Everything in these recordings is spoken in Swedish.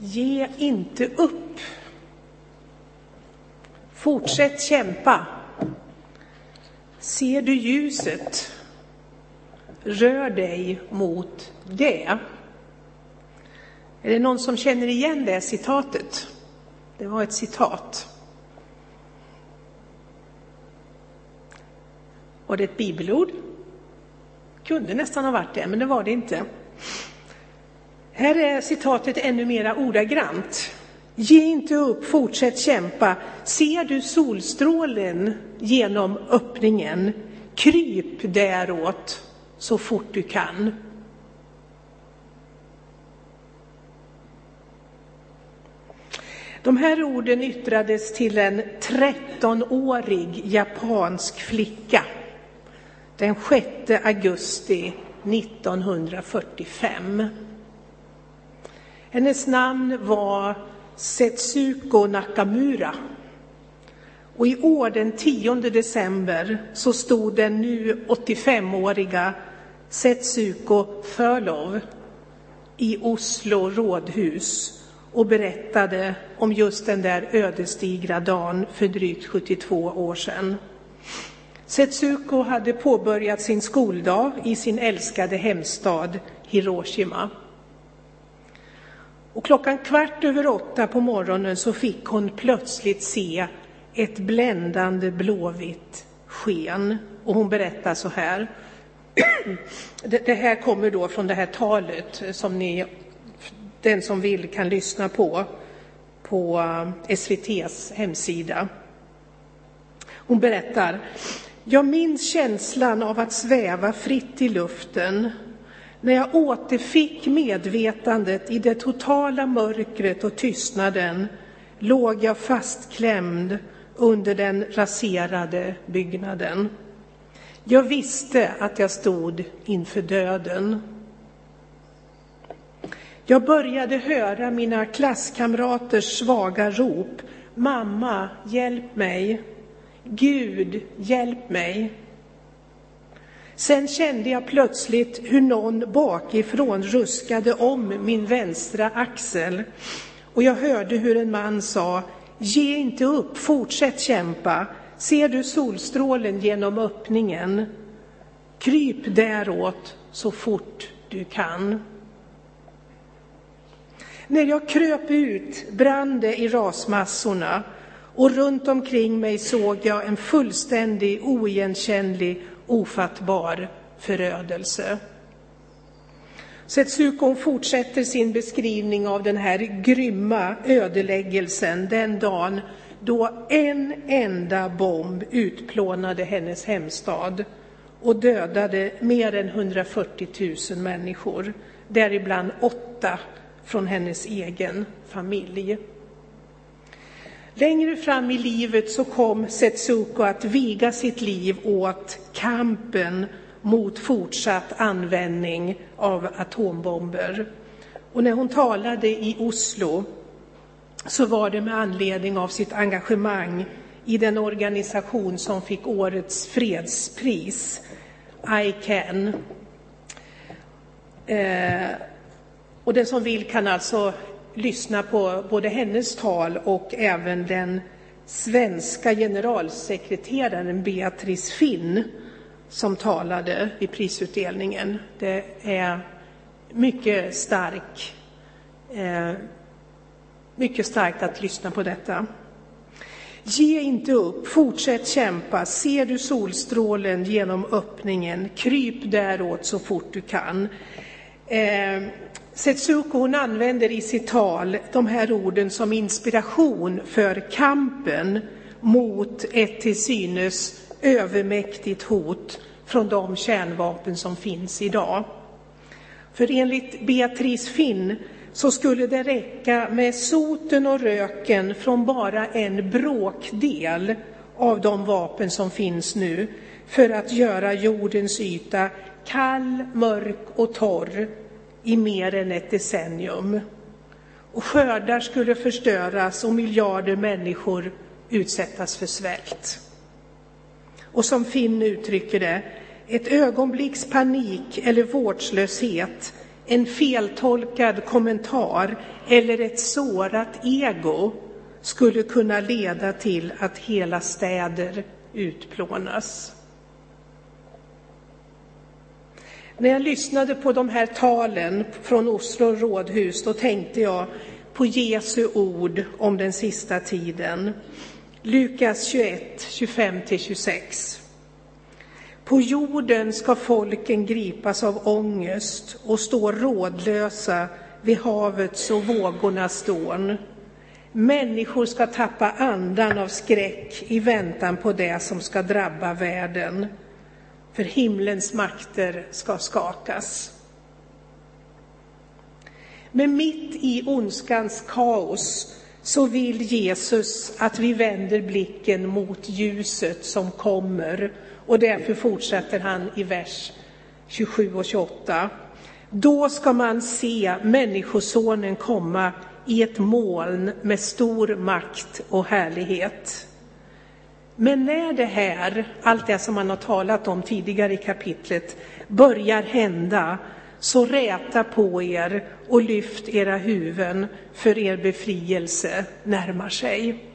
Ge inte upp. Fortsätt kämpa. Ser du ljuset? Rör dig mot det. Är det någon som känner igen det citatet? Det var ett citat. Var det ett bibelord? Kunde nästan ha varit det, men det var det inte. Här är citatet ännu mera ordagrant. Ge inte upp, fortsätt kämpa. Ser du solstrålen genom öppningen? Kryp däråt så fort du kan. De här orden yttrades till en 13-årig japansk flicka den 6 augusti 1945. Hennes namn var Setsuko Nakamura. Och i år den 10 december så stod den nu 85-åriga Setsuko Thurlov i Oslo rådhus och berättade om just den där ödesdigra dagen för drygt 72 år sedan. Setsuko hade påbörjat sin skoldag i sin älskade hemstad Hiroshima. Och 7:15 på morgonen så fick hon plötsligt se ett bländande blåvitt sken. Och hon berättar så här. Det här kommer då från det här talet som den som vill kan lyssna på SVT:s hemsida. Hon berättar: jag minns känslan av att sväva fritt i luften. När jag återfick medvetandet i det totala mörkret och tystnaden låg jag fastklämd under den raserade byggnaden. Jag visste att jag stod inför döden. Jag började höra mina klasskamraters svaga rop. Mamma, hjälp mig. Gud, hjälp mig. Sen kände jag plötsligt hur någon bakifrån ruskade om min vänstra axel. Och jag hörde hur en man sa: ge inte upp, fortsätt kämpa. Ser du solstrålen genom öppningen? Kryp däråt så fort du kan. När jag kröp ut brann det i rasmassorna och runt omkring mig såg jag en fullständig, oigenkännlig, ofattbar förödelse. Setsuko fortsätter sin beskrivning av den här grymma ödeläggelsen den dagen då en enda bomb utplånade hennes hemstad och dödade mer än 140 000 människor, däribland 8 från hennes egen familj. Längre fram i livet så kom Setsuko att viga sitt liv åt kampen mot fortsatt användning av atombomber. Och när hon talade i Oslo så var det med anledning av sitt engagemang i den organisation som fick årets fredspris, ICAN. Och den som vill kan alltså lyssna på både hennes tal och även den svenska generalsekreteraren Beatrice Finn som talade vid prisutdelningen. Det är mycket starkt att lyssna på detta. Ge inte upp, fortsätt kämpa. Ser du solstrålen genom öppningen? Kryp däråt så fort du kan. Setsuko hon använder i sitt tal de här orden som inspiration för kampen mot ett till synes övermäktigt hot från de kärnvapen som finns idag. För enligt Beatrice Finn så skulle det räcka med soten och röken från bara en bråkdel av de vapen som finns nu för att göra jordens yta kall, mörk och torr i mer än ett decennium. Och skördar skulle förstöras och miljarder människor utsättas för svält. Och som Finn uttrycker det, ett ögonblicks panik eller vårdslöshet en feltolkad kommentar eller ett sårat ego skulle kunna leda till att hela städer utplånas. När jag lyssnade på de här talen från Oslo rådhus, då tänkte jag på Jesu ord om den sista tiden. Lukas 21, 25-26. På jorden ska folken gripas av ångest och stå rådlösa vid havets och vågornas dån. Människor ska tappa andan av skräck i väntan på det som ska drabba världen. För himlens makter ska skakas. Men mitt i ondskans kaos så vill Jesus att vi vänder blicken mot ljuset som kommer. Och därför fortsätter han i vers 27 och 28. Då ska man se människosonen komma i ett moln med stor makt och härlighet. Men när det här, allt det som man har talat om tidigare i kapitlet, börjar hända, så räta på er och lyft era huvuden, för er befrielse närmar sig.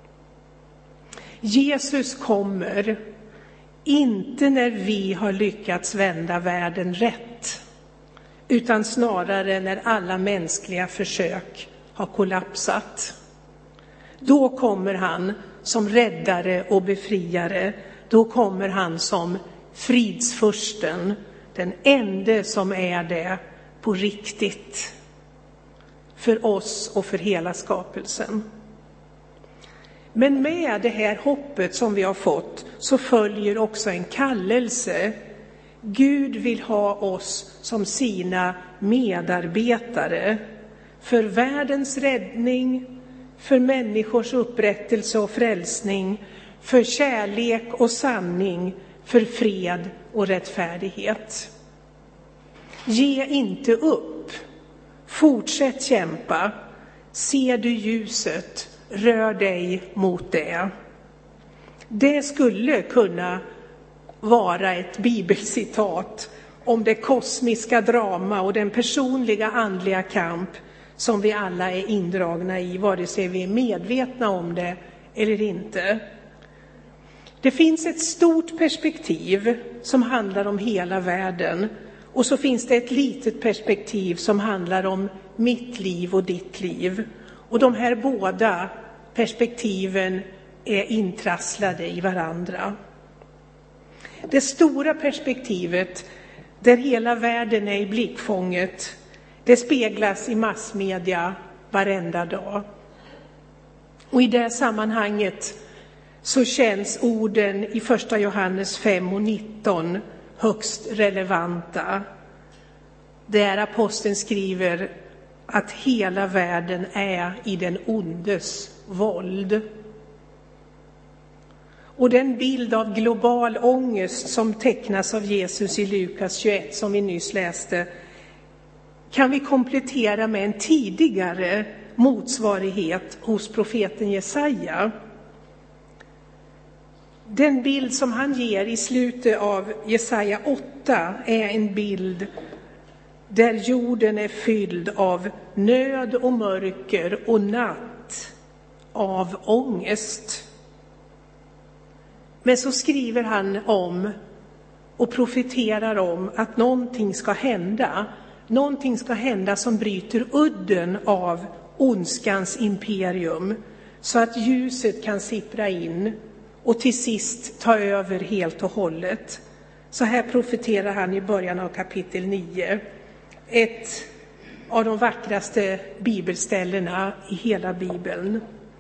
Jesus kommer inte när vi har lyckats vända världen rätt, utan snarare när alla mänskliga försök har kollapsat. Då kommer han som räddare och befriare. Då kommer han som fridsfursten, den enda som är det på riktigt för oss och för hela skapelsen. Men med det här hoppet som vi har fått så följer också en kallelse. Gud vill ha oss som sina medarbetare för världens räddning, för människors upprättelse och frälsning, för kärlek och sanning, för fred och rättfärdighet. Ge inte upp. Fortsätt kämpa. Ser du ljuset, rör dig mot det. Det skulle kunna vara ett bibelcitat om det kosmiska drama och den personliga andliga kamp som vi alla är indragna i, vare sig vi är medvetna om det eller inte. Det finns ett stort perspektiv som handlar om hela världen, och så finns det ett litet perspektiv som handlar om mitt liv och ditt liv. Och de här båda perspektiven är intrasslade i varandra. Det stora perspektivet, där hela världen är i blickfånget, det speglas i massmedia varenda dag. Och i det sammanhanget så känns orden i 1 Johannes 5 och 19 högst relevanta. Där aposteln skriver att hela världen är i den ondes våld. Och den bild av global ångest som tecknas av Jesus i Lukas 21 som vi nyss läste kan vi komplettera med en tidigare motsvarighet hos profeten Jesaja. Den bild som han ger i slutet av Jesaja 8 är en bild där jorden är fylld av nöd och mörker och natt av ångest. Men så skriver han om och profeterar om att någonting ska hända. Någonting ska hända som bryter udden av ondskans imperium, så att ljuset kan sippra in och till sist ta över helt och hållet. Så här profeterar han i början av kapitel 9. Ett av de vackraste bibelställena i hela Bibeln.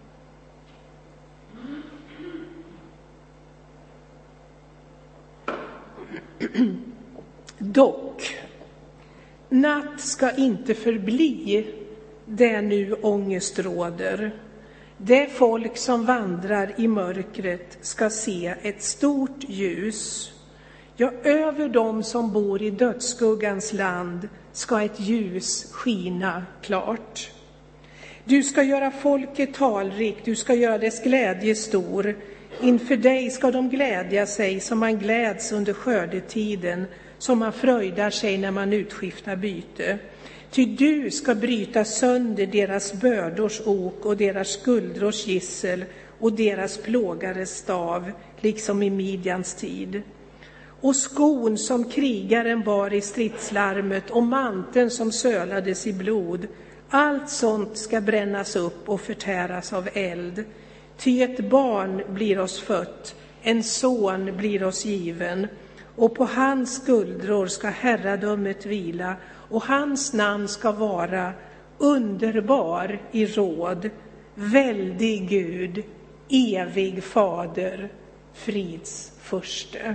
Dock, natt ska inte förbli där nu ångest råder. Det folk som vandrar i mörkret ska se ett stort ljus. Ja, över dem som bor i dödsskuggans land ska ett ljus skina klart. Du ska göra folket talrikt, du ska göra dess glädje stor. Inför dig ska de glädja sig som man gläds under skördetiden, som man fröjdar sig när man utskiftar byte. Ty du ska bryta sönder deras bördors ok och deras skuldrors gissel och deras plågares stav, liksom i Midjans tid. Och skon som krigaren bar i stridslarmet och manteln som sölades i blod, allt sånt ska brännas upp och förtäras av eld. Ty ett barn blir oss fött, en son blir oss given, och på hans skuldror ska herradömet vila, och hans namn ska vara underbar i råd, väldig Gud, evig fader, frids furste.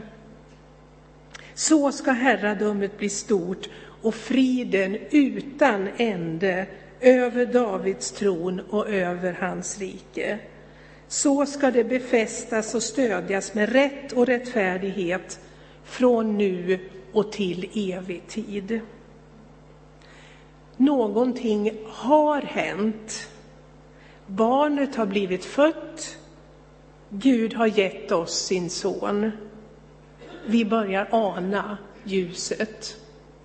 Så ska herradömet bli stort och friden utan ände över Davids tron och över hans rike. Så ska det befästas och stödjas med rätt och rättfärdighet från nu och till evig tid. Någonting har hänt. Barnet har blivit fött. Gud har gett oss sin son. Vi börjar ana ljuset.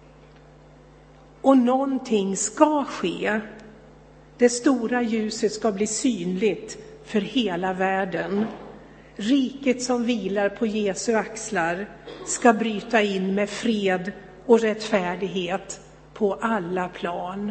Och någonting ska ske. Det stora ljuset ska bli synligt för hela världen. Riket som vilar på Jesu axlar ska bryta in med fred och rättfärdighet på alla plan.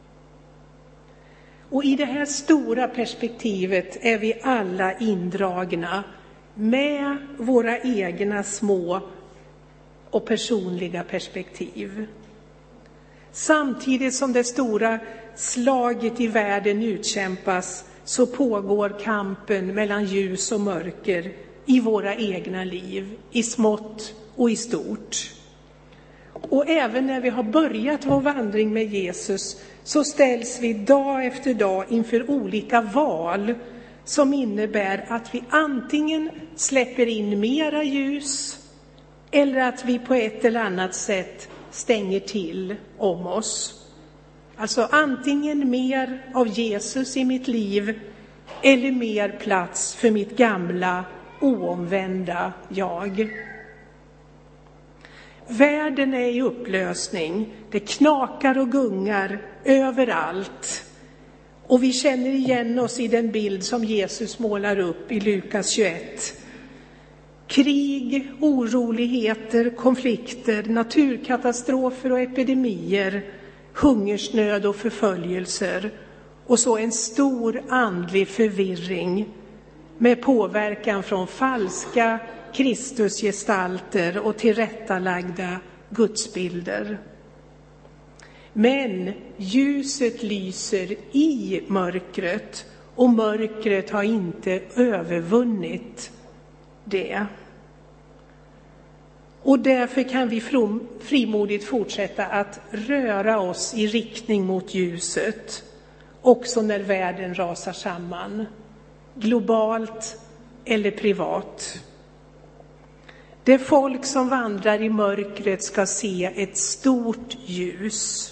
Och i det här stora perspektivet är vi alla indragna med våra egna små och personliga perspektiv. Samtidigt som det stora slaget i världen utkämpas så pågår kampen mellan ljus och mörker i våra egna liv, i smått och i stort. Och även när vi har börjat vår vandring med Jesus så ställs vi dag efter dag inför olika val som innebär att vi antingen släpper in mera ljus eller att vi på ett eller annat sätt stänger till om oss. Alltså antingen mer av Jesus i mitt liv eller mer plats för mitt gamla oomvända jag. Världen är i upplösning, det knakar och gungar överallt. Och vi känner igen oss i den bild som Jesus målar upp i Lukas 21. Krig, oroligheter, konflikter, naturkatastrofer och epidemier, hungersnöd och förföljelser. Och så en stor andlig förvirring med påverkan från falska Kristusgestalter och tillrättalagda gudsbilder. Men ljuset lyser i mörkret och mörkret har inte övervunnit det. Och därför kan vi frimodigt fortsätta att röra oss i riktning mot ljuset också när världen rasar samman, globalt eller privat. Det folk som vandrar i mörkret ska se ett stort ljus.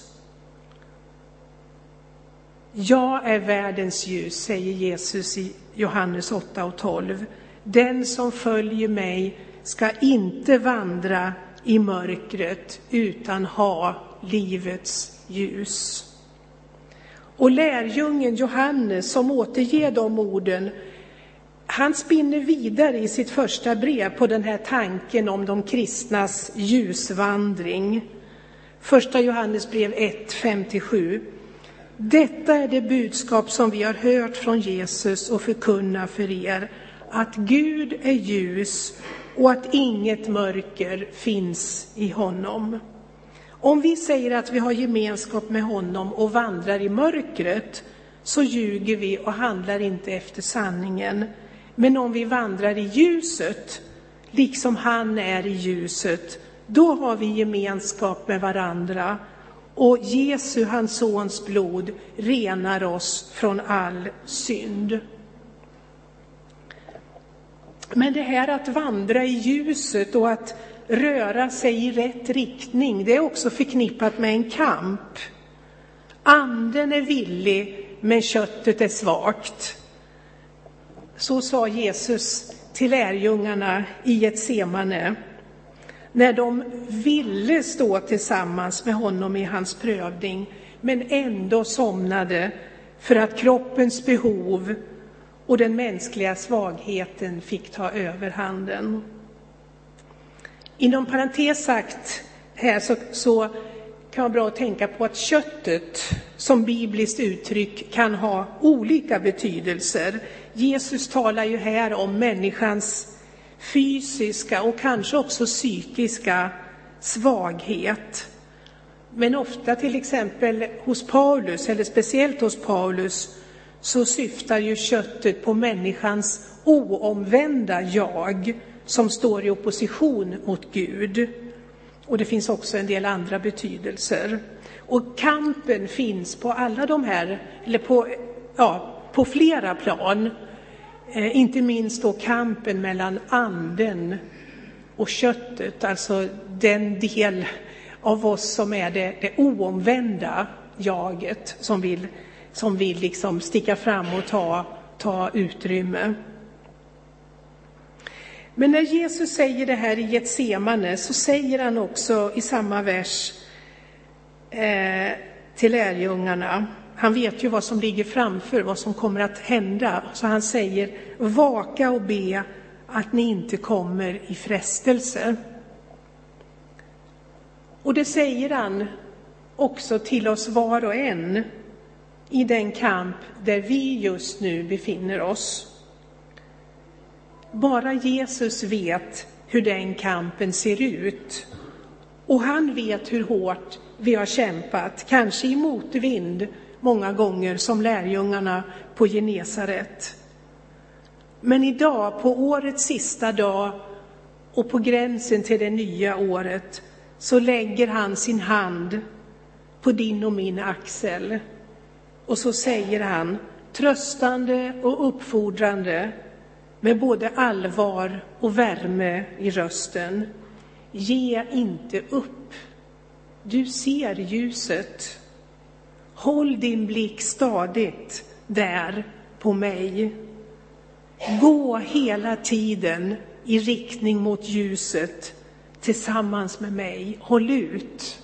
Jag är världens ljus, säger Jesus i Johannes 8:12. Den som följer mig ska inte vandra i mörkret utan ha livets ljus. Och lärjungen Johannes som återger de orden, han spinner vidare i sitt första brev på den här tanken om de kristnas ljusvandring. Första Johannes brev 1:5-7. Detta är det budskap som vi har hört från Jesus och förkunnar för er, att Gud är ljus och att inget mörker finns i honom. Om vi säger att vi har gemenskap med honom och vandrar i mörkret så ljuger vi och handlar inte efter sanningen. Men om vi vandrar i ljuset, liksom han är i ljuset, då har vi gemenskap med varandra. Och Jesu, hans sons blod, renar oss från all synd. Men det här att vandra i ljuset och att röra sig i rätt riktning, det är också förknippat med en kamp. Anden är villig, men köttet är svagt. Så sa Jesus till lärjungarna i Getsemane. när de ville stå tillsammans med honom i hans prövning, men ändå somnade för att kroppens behov och den mänskliga svagheten fick ta överhanden. Inom parentes sagt här så kan vara bra att tänka på att köttet som bibliskt uttryck kan ha olika betydelser. Jesus talar ju här om människans fysiska och kanske också psykiska svaghet. Men ofta till exempel hos Paulus, eller speciellt hos Paulus, så syftar ju köttet på människans oomvända jag som står i opposition mot Gud. Och det finns också en del andra betydelser. Och kampen finns på alla de här, eller på flera plan. Inte minst då kampen mellan anden och köttet, alltså den del av oss som är det oomvända jaget som vill liksom sticka fram och ta utrymme. Men när Jesus säger det här i Getsemane så säger han också i samma vers till lärjungarna. Han vet ju vad som ligger framför, vad som kommer att hända. Så han säger: vaka och be att ni inte kommer i frestelse. Och det säger han också till oss var och en i den kamp där vi just nu befinner oss. Bara Jesus vet hur den kampen ser ut. Och han vet hur hårt vi har kämpat, kanske i motvind många gånger som lärjungarna på Genesaret. Men idag, på årets sista dag och på gränsen till det nya året, så lägger han sin hand på din och min axel. Och så säger han, tröstande och uppfordrande, med både allvar och värme i rösten: ge inte upp. Du ser ljuset. Håll din blick stadigt där på mig. Gå hela tiden i riktning mot ljuset tillsammans med mig. Håll ut.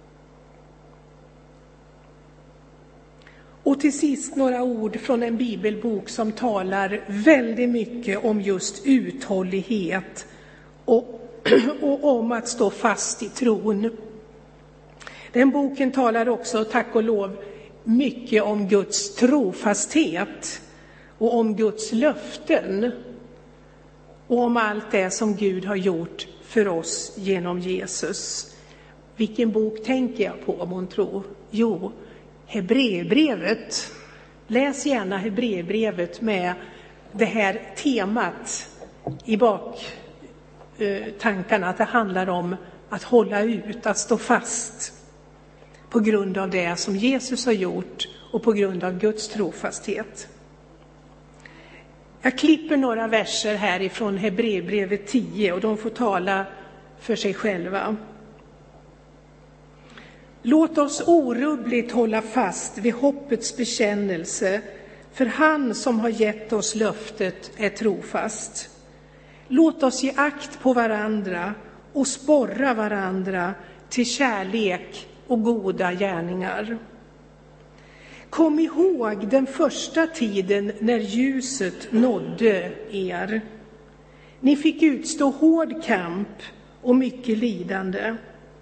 Och till sist några ord från en bibelbok som talar väldigt mycket om just uthållighet och om att stå fast i tron. Den boken talar också, tack och lov, mycket om Guds trofasthet och om Guds löften och om allt det som Gud har gjort för oss genom Jesus. Vilken bok tänker jag på, om hon tror? Jo, Hebreerbrevet. Läs gärna Hebreerbrevet med det här temat i baktankarna, att det handlar om att hålla ut, att stå fast på grund av det som Jesus har gjort och på grund av Guds trofasthet. Jag klipper några verser här ifrån Hebreerbrevet 10 och de får tala för sig själva. Låt oss orubbligt hålla fast vid hoppets bekännelse, för han som har gett oss löftet är trofast. Låt oss ge akt på varandra och sporra varandra till kärlek och goda gärningar. Kom ihåg den första tiden när ljuset nådde er. Ni fick utstå hård kamp och mycket lidande.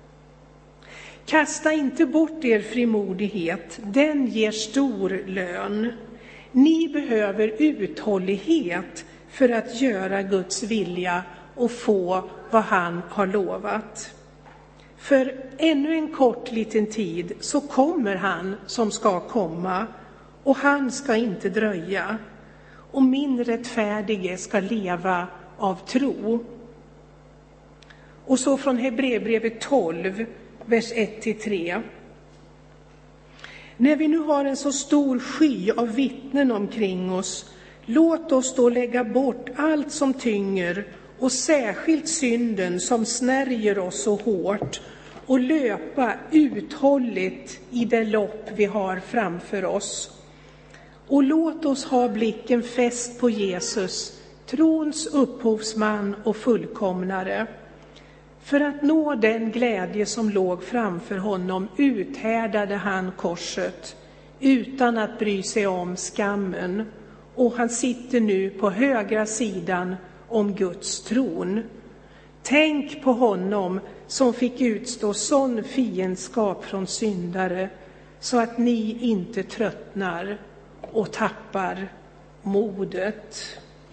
Kasta inte bort er frimodighet, den ger stor lön. Ni behöver uthållighet för att göra Guds vilja och få vad han har lovat. För ännu en kort liten tid så kommer han som ska komma, och han ska inte dröja. Och min rättfärdige ska leva av tro. Och så från Hebreerbrevet 12, vers 1-3. När vi nu har en så stor sky av vittnen omkring oss, låt oss då lägga bort allt som tynger och särskilt synden som snärjer oss så hårt, och löpa uthålligt i det lopp vi har framför oss. Och låt oss ha blicken fäst på Jesus, trons upphovsman och fullkomnare. För att nå den glädje som låg framför honom uthärdade han korset utan att bry sig om skammen. Och han sitter nu på högra sidan om Guds tron. Tänk på honom som fick utstå sån fiendskap från syndare så att ni inte tröttnar och tappar modet.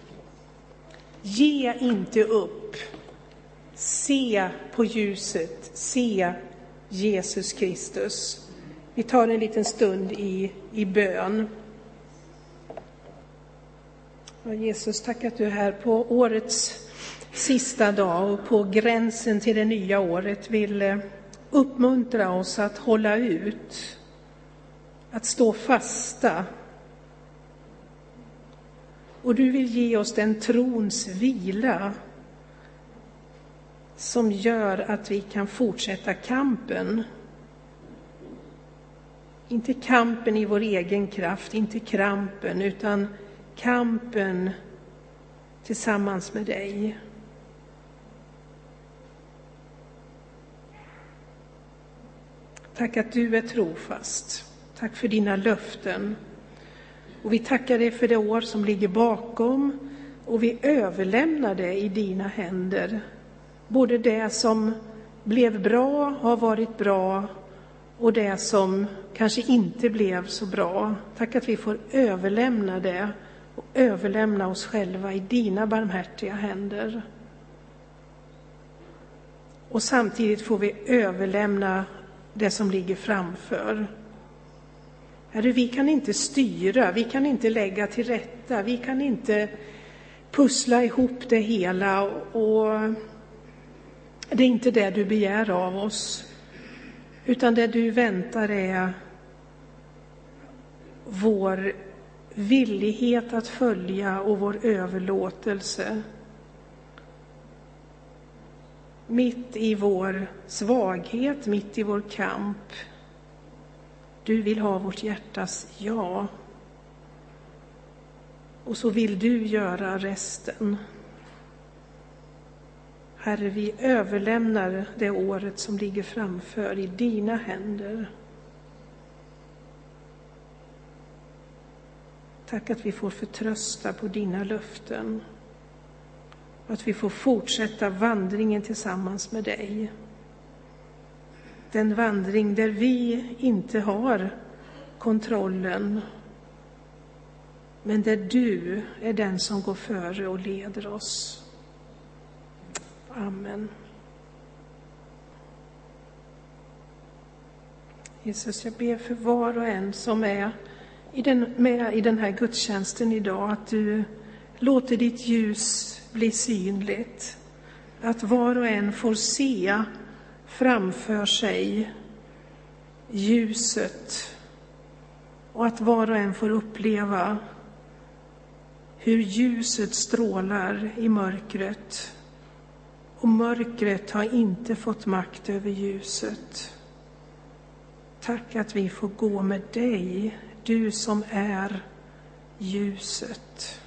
Ge inte upp. Se på ljuset. Se Jesus Kristus. Vi tar en liten stund i bön. Ja, Jesus, tack att du är här på årets sista dag och på gränsen till det nya året vill uppmuntra oss att hålla ut, att stå fasta. Och du vill ge oss den trons vila som gör att vi kan fortsätta kampen. Inte kampen i vår egen kraft, inte krampen, utan kampen tillsammans med dig. Tack att du är trofast. Tack för dina löften. Och vi tackar dig för det år som ligger bakom och vi överlämnar det i dina händer. Både det som blev bra, har varit bra och det som kanske inte blev så bra. Tack att vi får överlämna det och överlämna oss själva i dina barmhärtiga händer. Och samtidigt får vi överlämna det som ligger framför. Herre, vi kan inte styra, vi kan inte lägga till rätta, vi kan inte pussla ihop det hela och det är inte det du begär av oss. Utan det du väntar är vår villighet att följa och vår överlåtelse. Mitt i vår svaghet, mitt i vår kamp. Du vill ha vårt hjärtas ja. Och så vill du göra resten. Herre, vi överlämnar det året som ligger framför i dina händer. Tack att vi får förtrösta på dina löften. Och att vi får fortsätta vandringen tillsammans med dig. Den vandring där vi inte har kontrollen. Men där du är den som går före och leder oss. Amen. Jesus, jag ber för var och en som är med i den här gudstjänsten idag, att du låter ditt ljus bli synligt. Att var och en får se framför sig ljuset. Och att var och en får uppleva hur ljuset strålar i mörkret. Och mörkret har inte fått makt över ljuset. Tack att vi får gå med dig, du som är ljuset.